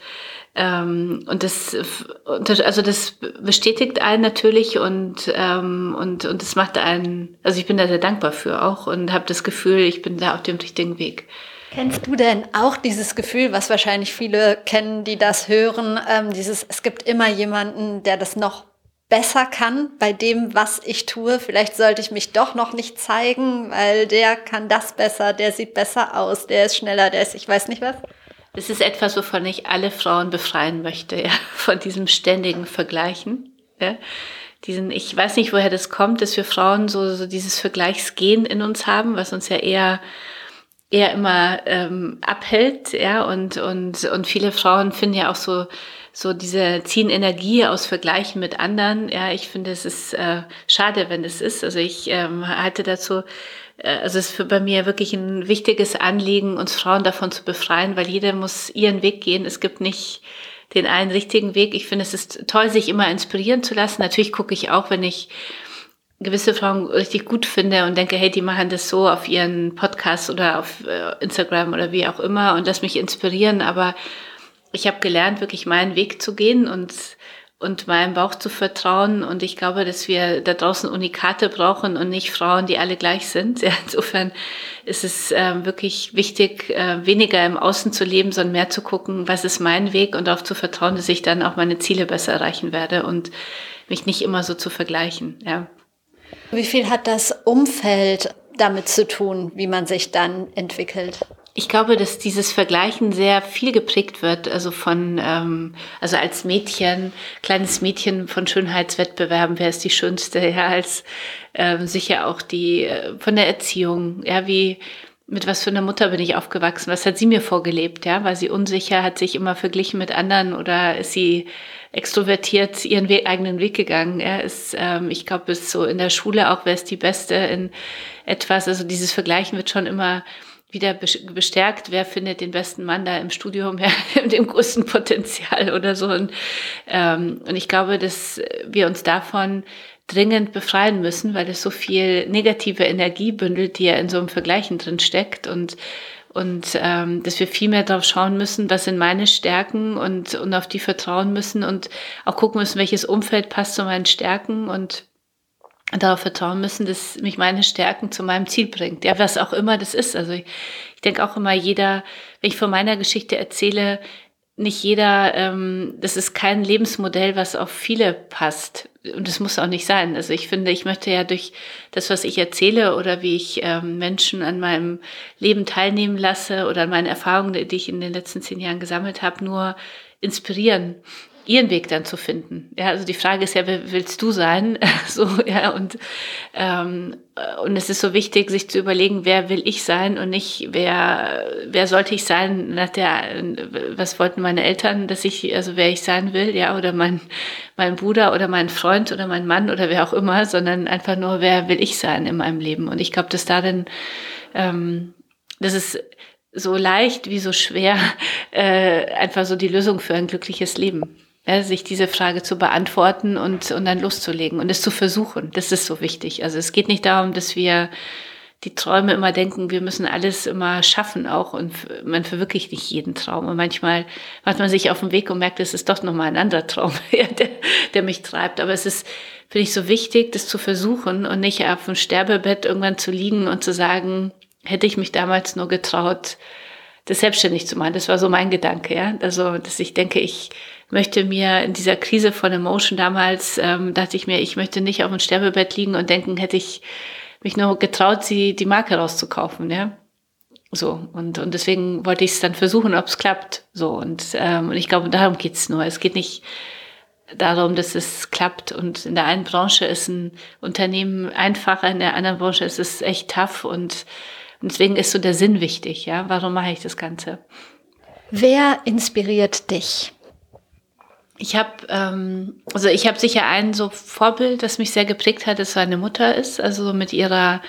ähm, und das also das bestätigt einen natürlich und ähm, und und das macht einen, also ich bin da sehr dankbar für auch und habe das Gefühl, ich bin da auf dem richtigen Weg. Kennst du denn auch dieses Gefühl, was wahrscheinlich viele kennen, die das hören, ähm, dieses, es gibt immer jemanden, der das noch besser kann bei dem, was ich tue. Vielleicht sollte ich mich doch noch nicht zeigen, weil der kann das besser, der sieht besser aus, der ist schneller, der ist, ich weiß nicht was. Das ist etwas, wovon ich alle Frauen befreien möchte, ja, von diesem ständigen Vergleichen. Ja. Diesen, ich weiß nicht, woher das kommt, dass wir Frauen so, so dieses Vergleichsgehen in uns haben, was uns ja eher eher immer ähm, abhält, ja, und und und viele Frauen finden ja auch so so diese ziehen Energie aus Vergleichen mit anderen. Ja, ich finde, es ist äh, schade, wenn es ist. Also ich ähm, halte dazu, äh, also es ist für bei mir wirklich ein wichtiges Anliegen, uns Frauen davon zu befreien, weil jeder muss ihren Weg gehen. Es gibt nicht den einen richtigen Weg. Ich finde, es ist toll, sich immer inspirieren zu lassen. Natürlich gucke ich auch, wenn ich gewisse Frauen richtig gut finde und denke, hey, die machen das so auf ihren Podcasts oder auf Instagram oder wie auch immer und lass mich inspirieren. Aber ich habe gelernt, wirklich meinen Weg zu gehen und und meinem Bauch zu vertrauen. Und ich glaube, dass wir da draußen Unikate brauchen und nicht Frauen, die alle gleich sind. Ja, insofern ist es äh, wirklich wichtig, äh, weniger im Außen zu leben, sondern mehr zu gucken, was ist mein Weg und darauf zu vertrauen, dass ich dann auch meine Ziele besser erreichen werde und mich nicht immer so zu vergleichen. Ja. Wie viel hat das Umfeld damit zu tun, wie man sich dann entwickelt? Ich glaube, dass dieses Vergleichen sehr viel geprägt wird, also von, ähm, also als Mädchen, kleines Mädchen von Schönheitswettbewerben, wer ist die Schönste, ja, als ähm, sicher auch die äh, von der Erziehung, ja, wie mit was für einer Mutter bin ich aufgewachsen, was hat sie mir vorgelebt, ja, war sie unsicher, hat sich immer verglichen mit anderen oder ist sie extrovertiert ihren Weg, eigenen Weg gegangen, ja, ist, ähm, ich glaube, ist so in der Schule auch, wer ist die Beste in etwas, also dieses Vergleichen wird schon immer wieder bestärkt, wer findet den besten Mann da im Studium, ja, mit dem größten Potenzial oder so. Und, ähm, und ich glaube, dass wir uns davon dringend befreien müssen, weil es so viel negative Energie bündelt, die ja in so einem Vergleichen drin steckt und und ähm, dass wir viel mehr darauf schauen müssen, was sind meine Stärken und und auf die vertrauen müssen und auch gucken müssen, welches Umfeld passt zu meinen Stärken und darauf vertrauen müssen, dass mich meine Stärken zu meinem Ziel bringt. Ja, was auch immer das ist. Also ich, ich denke auch immer, jeder, wenn ich von meiner Geschichte erzähle, nicht jeder, ähm, das ist kein Lebensmodell, was auf viele passt. Und das muss auch nicht sein. Also ich finde, ich möchte ja durch das, was ich erzähle oder wie ich ähm, Menschen an meinem Leben teilnehmen lasse oder an meinen Erfahrungen, die ich in den letzten zehn Jahren gesammelt habe, nur inspirieren, ihren Weg dann zu finden. Ja, also die Frage ist ja, wer willst du sein? So, ja, und, ähm, und es ist so wichtig, sich zu überlegen, wer will ich sein und nicht, wer, wer sollte ich sein nach der, was wollten meine Eltern, dass ich, also wer ich sein will, ja, oder mein, mein Bruder oder mein Freund oder mein Mann oder wer auch immer, sondern einfach nur, wer will ich sein in meinem Leben? Und ich glaube, dass darin, ähm, das ist so leicht wie so schwer, äh, einfach so die Lösung für ein glückliches Leben. Ja, sich diese Frage zu beantworten und, und dann loszulegen und es zu versuchen. Das ist so wichtig. Also es geht nicht darum, dass wir die Träume immer denken, wir müssen alles immer schaffen auch und man verwirklicht nicht jeden Traum. Und manchmal macht man sich auf den Weg und merkt, es ist doch nochmal ein anderer Traum, der, der mich treibt. Aber es ist, finde ich, so wichtig, das zu versuchen und nicht auf dem Sterbebett irgendwann zu liegen und zu sagen, hätte ich mich damals nur getraut, das selbstständig zu machen. Das war so mein Gedanke, ja. Also, dass ich denke, ich möchte mir in dieser Krise von Emotion damals, ähm, dachte ich mir, ich möchte nicht auf dem Sterbebett liegen und denken, hätte ich mich nur getraut, sie die Marke rauszukaufen, ja. So, und und deswegen wollte ich es dann versuchen, ob es klappt. So, und ähm, und ich glaube, darum geht's nur. Es geht nicht darum, dass es klappt. Und in der einen Branche ist ein Unternehmen einfacher, in der anderen Branche ist es echt tough und Und deswegen ist so der Sinn wichtig, ja. Warum mache ich das Ganze? Wer inspiriert dich? Ich habe, ähm, also ich habe sicher ein so Vorbild, das mich sehr geprägt hat, das meine Mutter ist, also mit ihrer,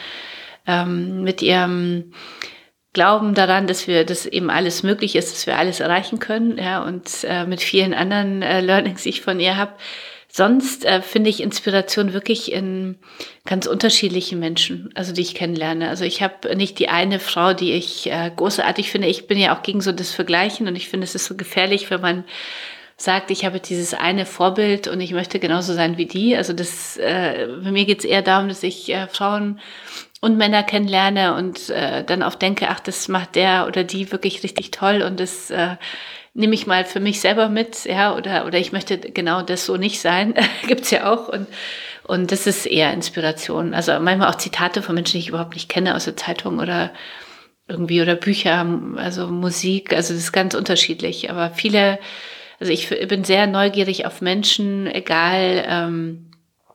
ähm, mit ihrem Glauben daran, dass wir, dass eben alles möglich ist, dass wir alles erreichen können, ja, und äh, mit vielen anderen äh, Learnings, die ich von ihr habe. Sonst äh, finde ich Inspiration wirklich in ganz unterschiedlichen Menschen, also die ich kennenlerne. Also ich habe nicht die eine Frau, die ich äh, großartig finde. Ich bin ja auch gegen so das Vergleichen und ich finde, es ist so gefährlich, wenn man sagt, ich habe dieses eine Vorbild und ich möchte genauso sein wie die. Also das, äh, bei mir geht es eher darum, dass ich äh, Frauen und Männer kennenlerne und äh, dann auch denke, ach, das macht der oder die wirklich richtig toll und das äh, nehme ich mal für mich selber mit, ja, oder oder ich möchte genau das so nicht sein, gibt's ja auch und und das ist eher Inspiration. Also manchmal auch Zitate von Menschen, die ich überhaupt nicht kenne aus der Zeitung oder irgendwie oder Bücher, also Musik, also das ist ganz unterschiedlich, aber viele, also ich bin sehr neugierig auf Menschen, egal ähm,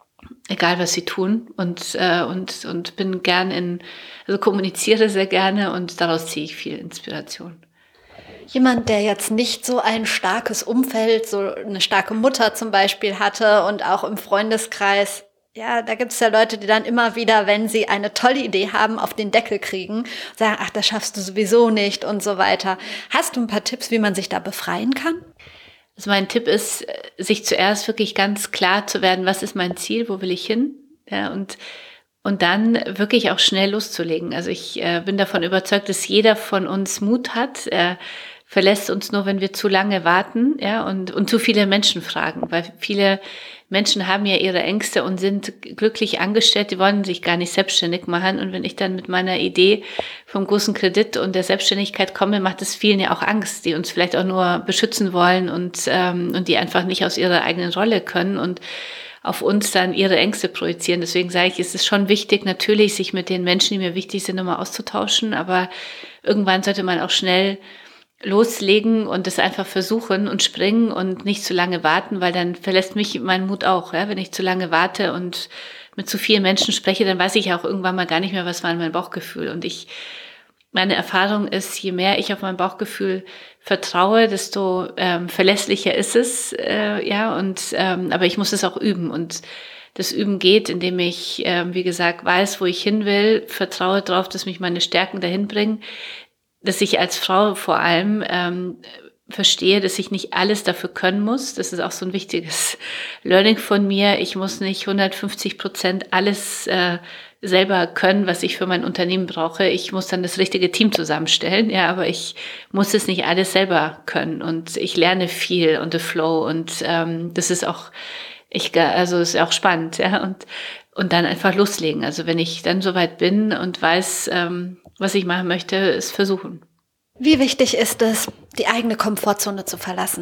egal was sie tun und äh, und und bin gern in, also kommuniziere sehr gerne und daraus ziehe ich viel Inspiration. Jemand, der jetzt nicht so ein starkes Umfeld, so eine starke Mutter zum Beispiel hatte und auch im Freundeskreis, ja, da gibt es ja Leute, die dann immer wieder, wenn sie eine tolle Idee haben, auf den Deckel kriegen, sagen, ach, das schaffst du sowieso nicht und so weiter. Hast du ein paar Tipps, wie man sich da befreien kann? Also mein Tipp ist, sich zuerst wirklich ganz klar zu werden, was ist mein Ziel, wo will ich hin? Ja, und, und dann wirklich auch schnell loszulegen. Also ich äh, bin davon überzeugt, dass jeder von uns Mut hat. Er verlässt uns nur, wenn wir zu lange warten, ja, und, und zu viele Menschen fragen, weil viele Menschen haben ja ihre Ängste und sind glücklich angestellt, die wollen sich gar nicht selbstständig machen. Und wenn ich dann mit meiner Idee vom großen Kredit und der Selbstständigkeit komme, macht es vielen ja auch Angst, die uns vielleicht auch nur beschützen wollen und, ähm, und die einfach nicht aus ihrer eigenen Rolle können und auf uns dann ihre Ängste projizieren. Deswegen sage ich, es ist schon wichtig, natürlich sich mit den Menschen, die mir wichtig sind, nochmal auszutauschen. Aber irgendwann sollte man auch schnell loslegen und es einfach versuchen und springen und nicht zu lange warten, weil dann verlässt mich mein Mut auch. Ja? Wenn ich zu lange warte und mit zu vielen Menschen spreche, dann weiß ich auch irgendwann mal gar nicht mehr, was war mein Bauchgefühl. Und ich, meine Erfahrung ist, je mehr ich auf mein Bauchgefühl vertraue, desto ähm, verlässlicher ist es. Äh, ja, und ähm, aber ich muss es auch üben und das Üben geht, indem ich, äh, wie gesagt, weiß, wo ich hin will, vertraue darauf, dass mich meine Stärken dahin bringen, dass ich als Frau vor allem ähm, verstehe, dass ich nicht alles dafür können muss. Das ist auch so ein wichtiges Learning von mir. Ich muss nicht hundertfünfzig Prozent alles äh, selber können, was ich für mein Unternehmen brauche. Ich muss dann das richtige Team zusammenstellen, ja, aber ich muss es nicht alles selber können. Und ich lerne viel und the flow und ähm, das ist auch, ich, also ist auch spannend, ja, und und dann einfach loslegen. Also wenn ich dann soweit bin und weiß, ähm, was ich machen möchte, ist versuchen. Wie wichtig ist es, die eigene Komfortzone zu verlassen?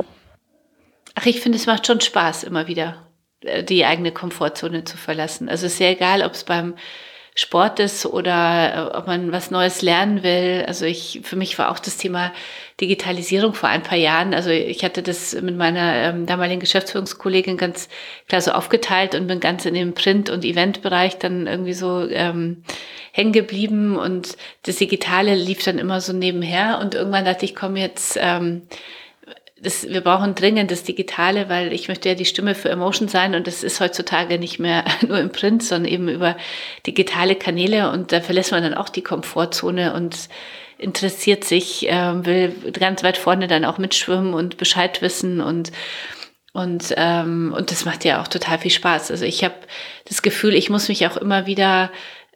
Ach, ich finde, es macht schon Spaß, immer wieder die eigene Komfortzone zu verlassen. Also es ist sehr egal, ob es beim Sport ist oder ob man was Neues lernen will. Also ich, für mich war auch das Thema Digitalisierung vor ein paar Jahren. Also ich hatte das mit meiner ähm, damaligen Geschäftsführungskollegin ganz klar so aufgeteilt und bin ganz in dem Print- und Eventbereich dann irgendwie so ähm, hängen geblieben und das Digitale lief dann immer so nebenher und irgendwann dachte ich, komm jetzt, ähm, das, wir brauchen dringend das Digitale, weil ich möchte ja die Stimme für Emotion sein und das ist heutzutage nicht mehr nur im Print, sondern eben über digitale Kanäle und da verlässt man dann auch die Komfortzone und interessiert sich, äh, will ganz weit vorne dann auch mitschwimmen und Bescheid wissen und und ähm, und das macht ja auch total viel Spaß. Also ich habe das Gefühl, ich muss mich auch immer wieder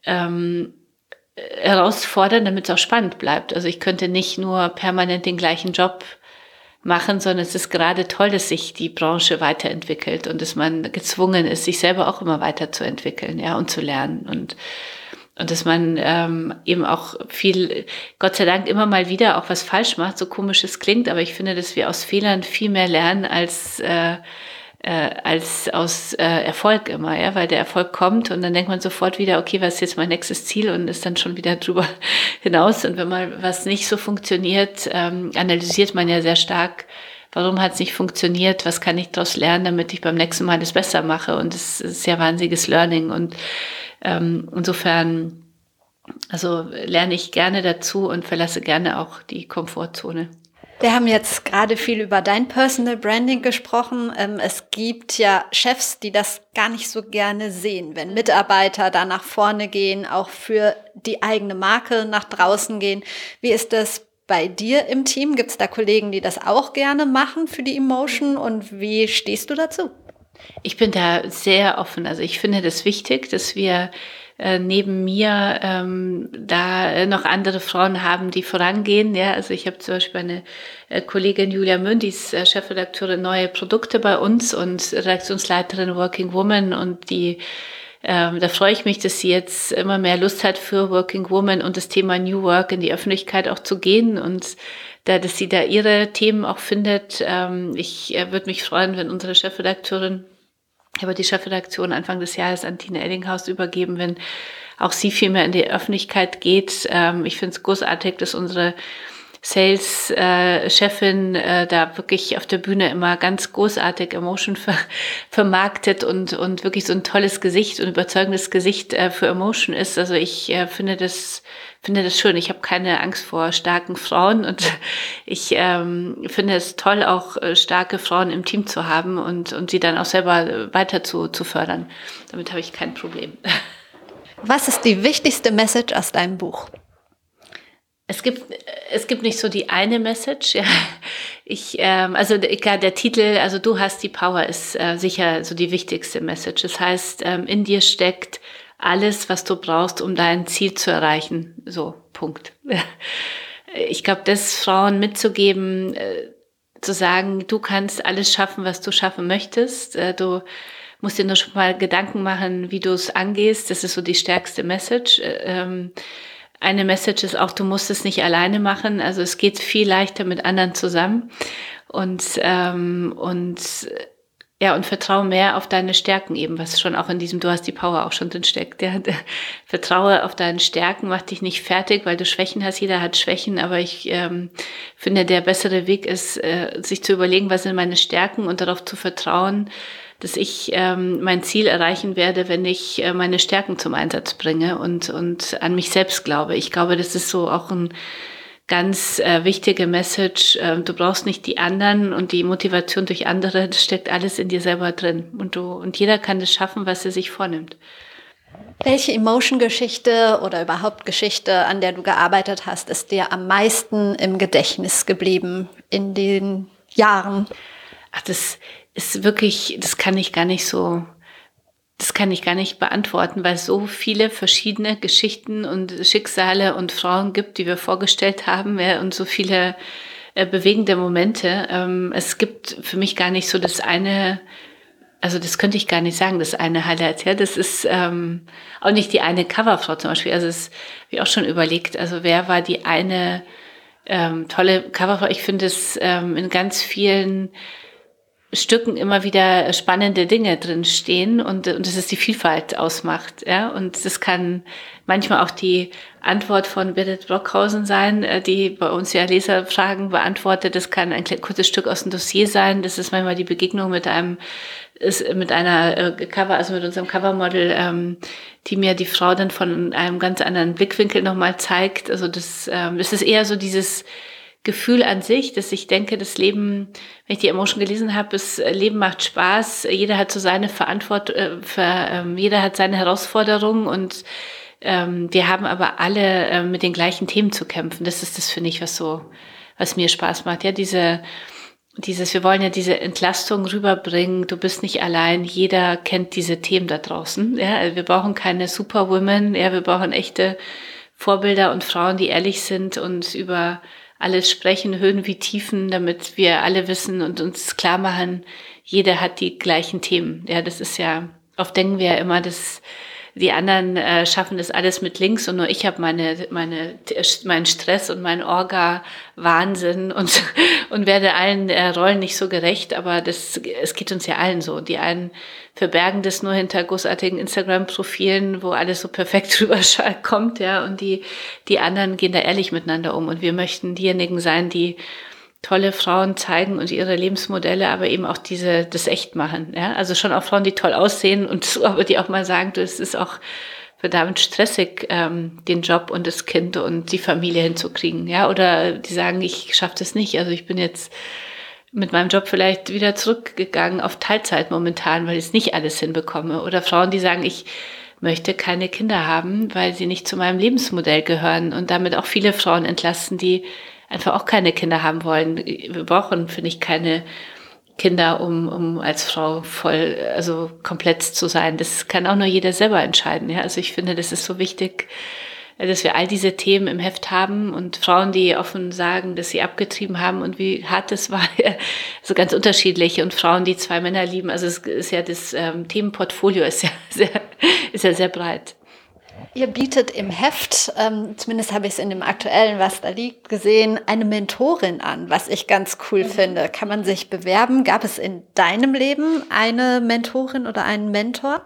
ähm, herausfordern, damit es auch spannend bleibt. Also ich könnte nicht nur permanent den gleichen Job machen, sondern es ist gerade toll, dass sich die Branche weiterentwickelt und dass man gezwungen ist, sich selber auch immer weiterzuentwickeln, ja, und zu lernen und und dass man ähm, eben auch viel, Gott sei Dank, immer mal wieder auch was falsch macht, so komisch es klingt, aber ich finde, dass wir aus Fehlern viel mehr lernen als äh, äh, als aus äh, Erfolg immer, ja, weil der Erfolg kommt und dann denkt man sofort wieder, okay, was ist jetzt mein nächstes Ziel und ist dann schon wieder drüber hinaus und wenn mal was nicht so funktioniert, ähm, analysiert man ja sehr stark, warum hat es nicht funktioniert, was kann ich daraus lernen, damit ich beim nächsten Mal das besser mache und das ist ja wahnsinniges Learning und ähm, insofern Also lerne ich gerne dazu und verlasse gerne auch die Komfortzone. Wir haben jetzt gerade viel über dein Personal Branding gesprochen. Es gibt ja Chefs, die das gar nicht so gerne sehen, wenn Mitarbeiter da nach vorne gehen, auch für die eigene Marke nach draußen gehen. Wie ist das bei dir im Team? Gibt es da Kollegen, die das auch gerne machen für die Emotion? Und wie stehst du dazu? Ich bin da sehr offen. Also ich finde das wichtig, dass wir äh, neben mir ähm, da noch andere Frauen haben, die vorangehen. Ja, also ich habe zum Beispiel eine äh, Kollegin Julia Münn, die ist äh, Chefredakteurin Neue Produkte bei uns und Redaktionsleiterin Working Woman, und die ähm, da freue ich mich, dass sie jetzt immer mehr Lust hat für Working Woman und das Thema New Work in die Öffentlichkeit auch zu gehen, und da, dass sie da ihre Themen auch findet. Ähm, ich äh, würde mich freuen, wenn unsere Chefredakteurin, ich habe die Chefredaktion Anfang des Jahres an Tina Eddinghaus übergeben, wenn auch sie viel mehr in die Öffentlichkeit geht. Ähm, ich finde es großartig, dass unsere Sales-Chefin äh, äh, da wirklich auf der Bühne immer ganz großartig Emotion ver vermarktet und und wirklich so ein tolles Gesicht und überzeugendes Gesicht äh, für Emotion ist. Also ich äh, finde das finde das schön. Ich habe keine Angst vor starken Frauen, und ich ähm, finde es toll, auch äh, starke Frauen im Team zu haben und und sie dann auch selber weiter zu zu fördern. Damit habe ich kein Problem. Was ist die wichtigste Message aus deinem Buch? Es gibt, es gibt nicht so die eine Message. Ja. Ich, ähm, also egal, der Titel, also du hast die Power, ist äh, sicher so die wichtigste Message. Das heißt, ähm, in dir steckt alles, was du brauchst, um dein Ziel zu erreichen. So, Punkt. Ich glaube, das Frauen mitzugeben, äh, zu sagen, du kannst alles schaffen, was du schaffen möchtest. Äh, du musst dir nur schon mal Gedanken machen, wie du es angehst. Das ist so die stärkste Message. Äh, ähm, Eine Message ist auch, du musst es nicht alleine machen. Also es geht viel leichter mit anderen zusammen. Und, ähm, und, ja, und vertraue mehr auf deine Stärken eben, was schon auch in diesem, du hast die Power auch schon drin steckt. Ja. Vertraue auf deine Stärken, mach dich nicht fertig, weil du Schwächen hast. Jeder hat Schwächen, aber ich ähm, finde, der bessere Weg ist, äh, sich zu überlegen, was sind meine Stärken, und darauf zu vertrauen, dass ich ähm, mein Ziel erreichen werde, wenn ich äh, meine Stärken zum Einsatz bringe und und an mich selbst glaube. Ich glaube, das ist so auch ein ganz äh, wichtige Message. Äh, du brauchst nicht die anderen und die Motivation durch andere. Das steckt alles in dir selber drin, und du und jeder kann das schaffen, was er sich vornimmt. Welche Emotion-Geschichte oder überhaupt Geschichte, an der du gearbeitet hast, ist dir am meisten im Gedächtnis geblieben in den Jahren? Ach, das ist wirklich, das kann ich gar nicht so, das kann ich gar nicht beantworten, weil es so viele verschiedene Geschichten und Schicksale und Frauen gibt, die wir vorgestellt haben, ja, und so viele äh, bewegende Momente. Ähm, es gibt für mich gar nicht so das eine, also das könnte ich gar nicht sagen, das eine Highlight. Ja, das ist ähm, auch nicht die eine Coverfrau zum Beispiel. Also das habe ich auch schon überlegt. Also wer war die eine ähm, tolle Coverfrau? Ich finde es ähm, in ganz vielen Stücken immer wieder spannende Dinge drin stehen, und und das ist die Vielfalt ausmacht, ja, und das kann manchmal auch die Antwort von Birgit Brockhausen sein, die bei uns ja Leserfragen beantwortet. Das kann ein kurzes Stück aus dem Dossier sein. Das ist manchmal die Begegnung mit einem ist mit einer Cover, also mit unserem Covermodel, ähm, die mir die Frau dann von einem ganz anderen Blickwinkel nochmal zeigt. Also das ähm, das ist eher so dieses Gefühl an sich, dass ich denke, das Leben, wenn ich die Emotion gelesen habe, das Leben macht Spaß, jeder hat so seine Verantwortung, äh, für, ähm, jeder hat seine Herausforderungen, und ähm, wir haben aber alle äh, mit den gleichen Themen zu kämpfen. Das ist das, finde ich, was so, was mir Spaß macht. Ja, diese, dieses, wir wollen ja diese Entlastung rüberbringen. Du bist nicht allein. Jeder kennt diese Themen da draußen. Ja, wir brauchen keine Superwomen. Ja, wir brauchen echte Vorbilder und Frauen, die ehrlich sind und über alles sprechen, Höhen wie Tiefen, damit wir alle wissen und uns klar machen, jeder hat die gleichen Themen. Ja, das ist ja, oft denken wir ja immer, dass die anderen äh, schaffen das alles mit links und nur ich habe meine meine meinen Stress und meinen Orga-Wahnsinn und und werde allen äh, Rollen nicht so gerecht, aber das es geht uns ja allen so. Die einen verbergen das nur hinter großartigen Instagram-Profilen, wo alles so perfekt drüber kommt, ja, und die die anderen gehen da ehrlich miteinander um, und wir möchten diejenigen sein, die tolle Frauen zeigen und ihre Lebensmodelle, aber eben auch diese, das echt machen, ja. Also schon auch Frauen, die toll aussehen und so, aber die auch mal sagen, du, es ist auch verdammt stressig, ähm, den Job und das Kind und die Familie hinzukriegen, ja, oder die sagen, ich schaffe das nicht, also ich bin jetzt mit meinem Job vielleicht wieder zurückgegangen auf Teilzeit momentan, weil ich es nicht alles hinbekomme, oder Frauen, die sagen, ich möchte keine Kinder haben, weil sie nicht zu meinem Lebensmodell gehören und damit auch viele Frauen entlasten, die einfach auch keine Kinder haben wollen. Wir brauchen, finde ich, keine Kinder, um, um als Frau voll, also komplett zu sein. Das kann auch nur jeder selber entscheiden. Ja? Also ich finde, das ist so wichtig, dass wir all diese Themen im Heft haben und Frauen, die offen sagen, dass sie abgetrieben haben und wie hart das war, also ganz unterschiedlich, und Frauen, die zwei Männer lieben. Also es ist ja das ähm, Themenportfolio ist ja sehr, ist ja sehr breit. Ihr bietet im Heft, ähm, zumindest habe ich es in dem aktuellen, was da liegt, gesehen, eine Mentorin an, was ich ganz cool mhm. finde. Kann man sich bewerben? Gab es in deinem Leben eine Mentorin oder einen Mentor?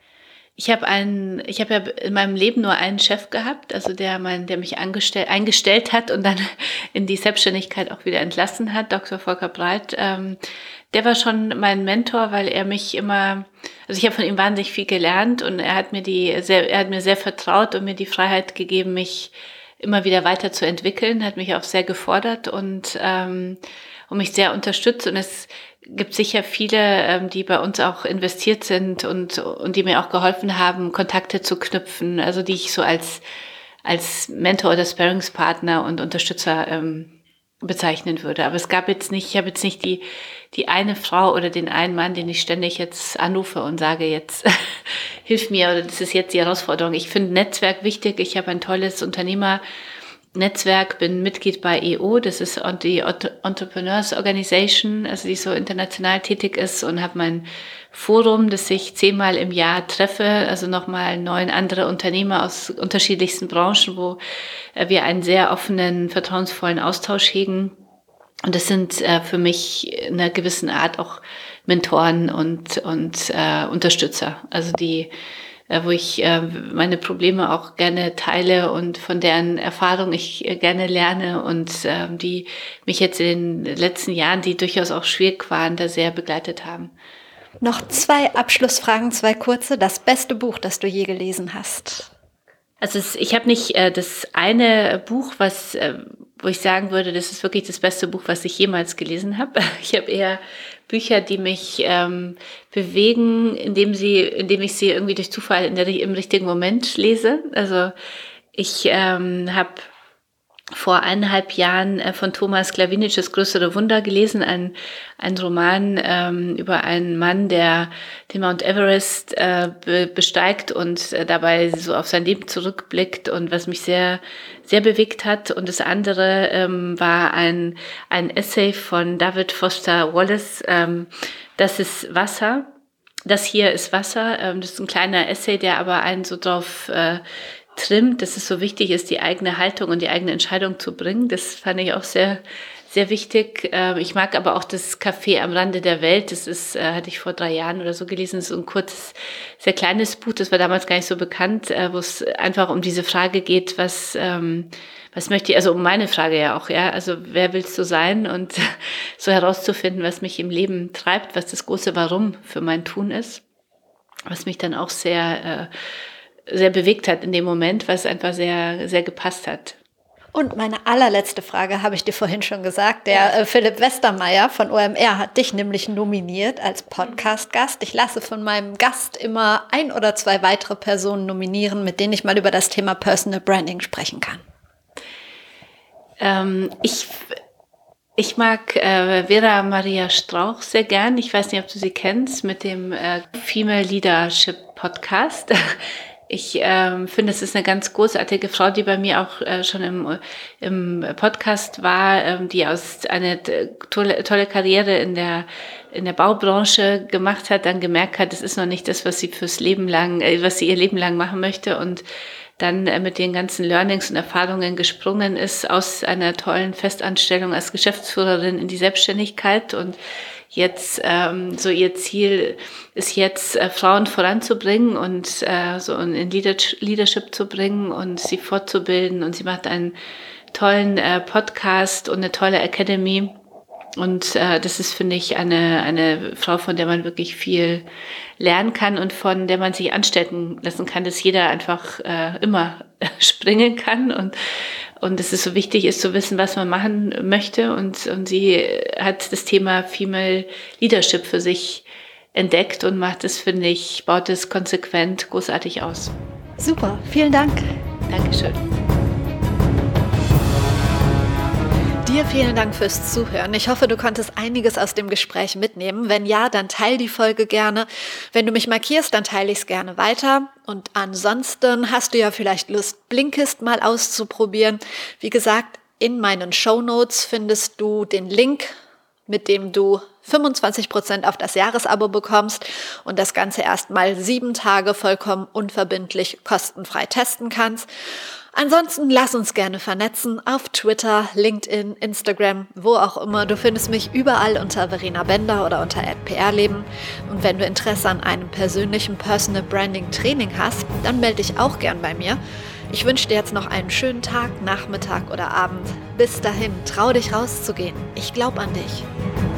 Ich habe einen, ich habe ja in meinem Leben nur einen Chef gehabt, also der mein, der mich angestellt, eingestellt hat und dann in die Selbstständigkeit auch wieder entlassen hat, Doktor Volker Breit. Ähm, der war schon mein Mentor, weil er mich immer, also ich habe von ihm wahnsinnig viel gelernt und er hat mir die, sehr, er hat mir sehr vertraut und mir die Freiheit gegeben, mich immer wieder weiterzuentwickeln, hat mich auch sehr gefordert und ähm, und mich sehr unterstützt, und es gibt sicher viele, ähm, die bei uns auch investiert sind und und die mir auch geholfen haben, Kontakte zu knüpfen, also die ich so als als Mentor oder Sparringspartner und Unterstützer ähm, bezeichnen würde. Aber es gab jetzt nicht, ich habe jetzt nicht die die eine Frau oder den einen Mann, den ich ständig jetzt anrufe und sage, jetzt hilf mir, oder das ist jetzt die Herausforderung. Ich finde Netzwerk wichtig. Ich habe ein tolles Unternehmer Netzwerk, bin Mitglied bei E O, das ist die Entrepreneurs Organization, also die so international tätig ist, und habe mein Forum, das ich zehnmal im Jahr treffe, also nochmal neun andere Unternehmer aus unterschiedlichsten Branchen, wo wir einen sehr offenen, vertrauensvollen Austausch hegen. Und das sind äh, für mich in einer gewissen Art auch Mentoren und, und äh, Unterstützer, also die wo ich äh, meine Probleme auch gerne teile und von deren Erfahrung ich äh, gerne lerne und äh, die mich jetzt in den letzten Jahren, die durchaus auch schwierig waren, da sehr begleitet haben. Noch zwei Abschlussfragen, zwei kurze. Das beste Buch, das du je gelesen hast? Also es, ich habe nicht äh, das eine Buch, was äh, wo ich sagen würde, das ist wirklich das beste Buch, was ich jemals gelesen habe. Ich habe eher Bücher, die mich ähm, bewegen, indem sie, indem ich sie irgendwie durch Zufall in der, im richtigen Moment lese. Also ich ähm, habe vor eineinhalb Jahren äh, von Thomas Glawinitsch Das größere Wunder gelesen, ein, ein Roman ähm, über einen Mann, der den Mount Everest äh, be- besteigt und äh, dabei so auf sein Leben zurückblickt, und was mich sehr, sehr bewegt hat. Und das andere ähm, war ein, ein Essay von David Foster Wallace, ähm, Das ist Wasser. Das hier ist Wasser. Ähm, das ist ein kleiner Essay, der aber einen so drauf äh, trimmt, dass es so wichtig ist, die eigene Haltung und die eigene Entscheidung zu bringen. Das fand ich auch sehr, sehr wichtig. Ich mag aber auch das Café am Rande der Welt. Das ist, hatte ich vor drei Jahren oder so gelesen. Das ist so ein kurzes, sehr kleines Buch. Das war damals gar nicht so bekannt, wo es einfach um diese Frage geht, was, was möchte ich, also um meine Frage ja auch, ja. Also wer willst du sein? Und so herauszufinden, was mich im Leben treibt, was das große Warum für mein Tun ist. Was mich dann auch sehr, sehr bewegt hat in dem Moment, was einfach sehr, sehr gepasst hat. Und meine allerletzte Frage habe ich dir vorhin schon gesagt. Der äh, Philipp Westermeier von O M R hat dich nämlich nominiert als Podcast-Gast. Ich lasse von meinem Gast immer ein oder zwei weitere Personen nominieren, mit denen ich mal über das Thema Personal Branding sprechen kann. Ähm, ich, ich mag äh, Vera Maria Strauch sehr gern. Ich weiß nicht, ob du sie kennst, mit dem äh, Female Leadership Podcast. Ich ähm, finde, es ist eine ganz großartige Frau, die bei mir auch äh, schon im, im Podcast war, ähm, die aus eine tolle, tolle Karriere in der in der Baubranche gemacht hat, dann gemerkt hat, es ist noch nicht das, was sie fürs Leben lang, äh, was sie ihr Leben lang machen möchte, und dann äh, mit den ganzen Learnings und Erfahrungen gesprungen ist aus einer tollen Festanstellung als Geschäftsführerin in die Selbstständigkeit, und jetzt ähm, so ihr Ziel ist jetzt, äh, Frauen voranzubringen und äh, so in Leadership zu bringen und sie fortzubilden, und sie macht einen tollen äh, Podcast und eine tolle Academy, Und äh, das ist, finde ich, eine, eine Frau, von der man wirklich viel lernen kann und von der man sich anstecken lassen kann, dass jeder einfach äh, immer springen kann. Und, und es ist so wichtig ist zu wissen, was man machen möchte. Und, und sie hat das Thema Female Leadership für sich entdeckt und macht es, finde ich, baut es konsequent großartig aus. Super, vielen Dank. Dankeschön. Dir vielen Dank fürs Zuhören. Ich hoffe, du konntest einiges aus dem Gespräch mitnehmen. Wenn ja, dann teile die Folge gerne. Wenn du mich markierst, dann teile ich es gerne weiter. Und ansonsten hast du ja vielleicht Lust, Blinkist mal auszuprobieren. Wie gesagt, in meinen Shownotes findest du den Link, mit dem du fünfundzwanzig Prozent auf das Jahresabo bekommst und das Ganze erstmal sieben Tage vollkommen unverbindlich kostenfrei testen kannst. Ansonsten lass uns gerne vernetzen auf Twitter, LinkedIn, Instagram, wo auch immer. Du findest mich überall unter Verena Bender oder unter at p r leben. Und wenn du Interesse an einem persönlichen Personal Branding Training hast, dann melde dich auch gern bei mir. Ich wünsche dir jetzt noch einen schönen Tag, Nachmittag oder Abend. Bis dahin, trau dich rauszugehen. Ich glaube an dich.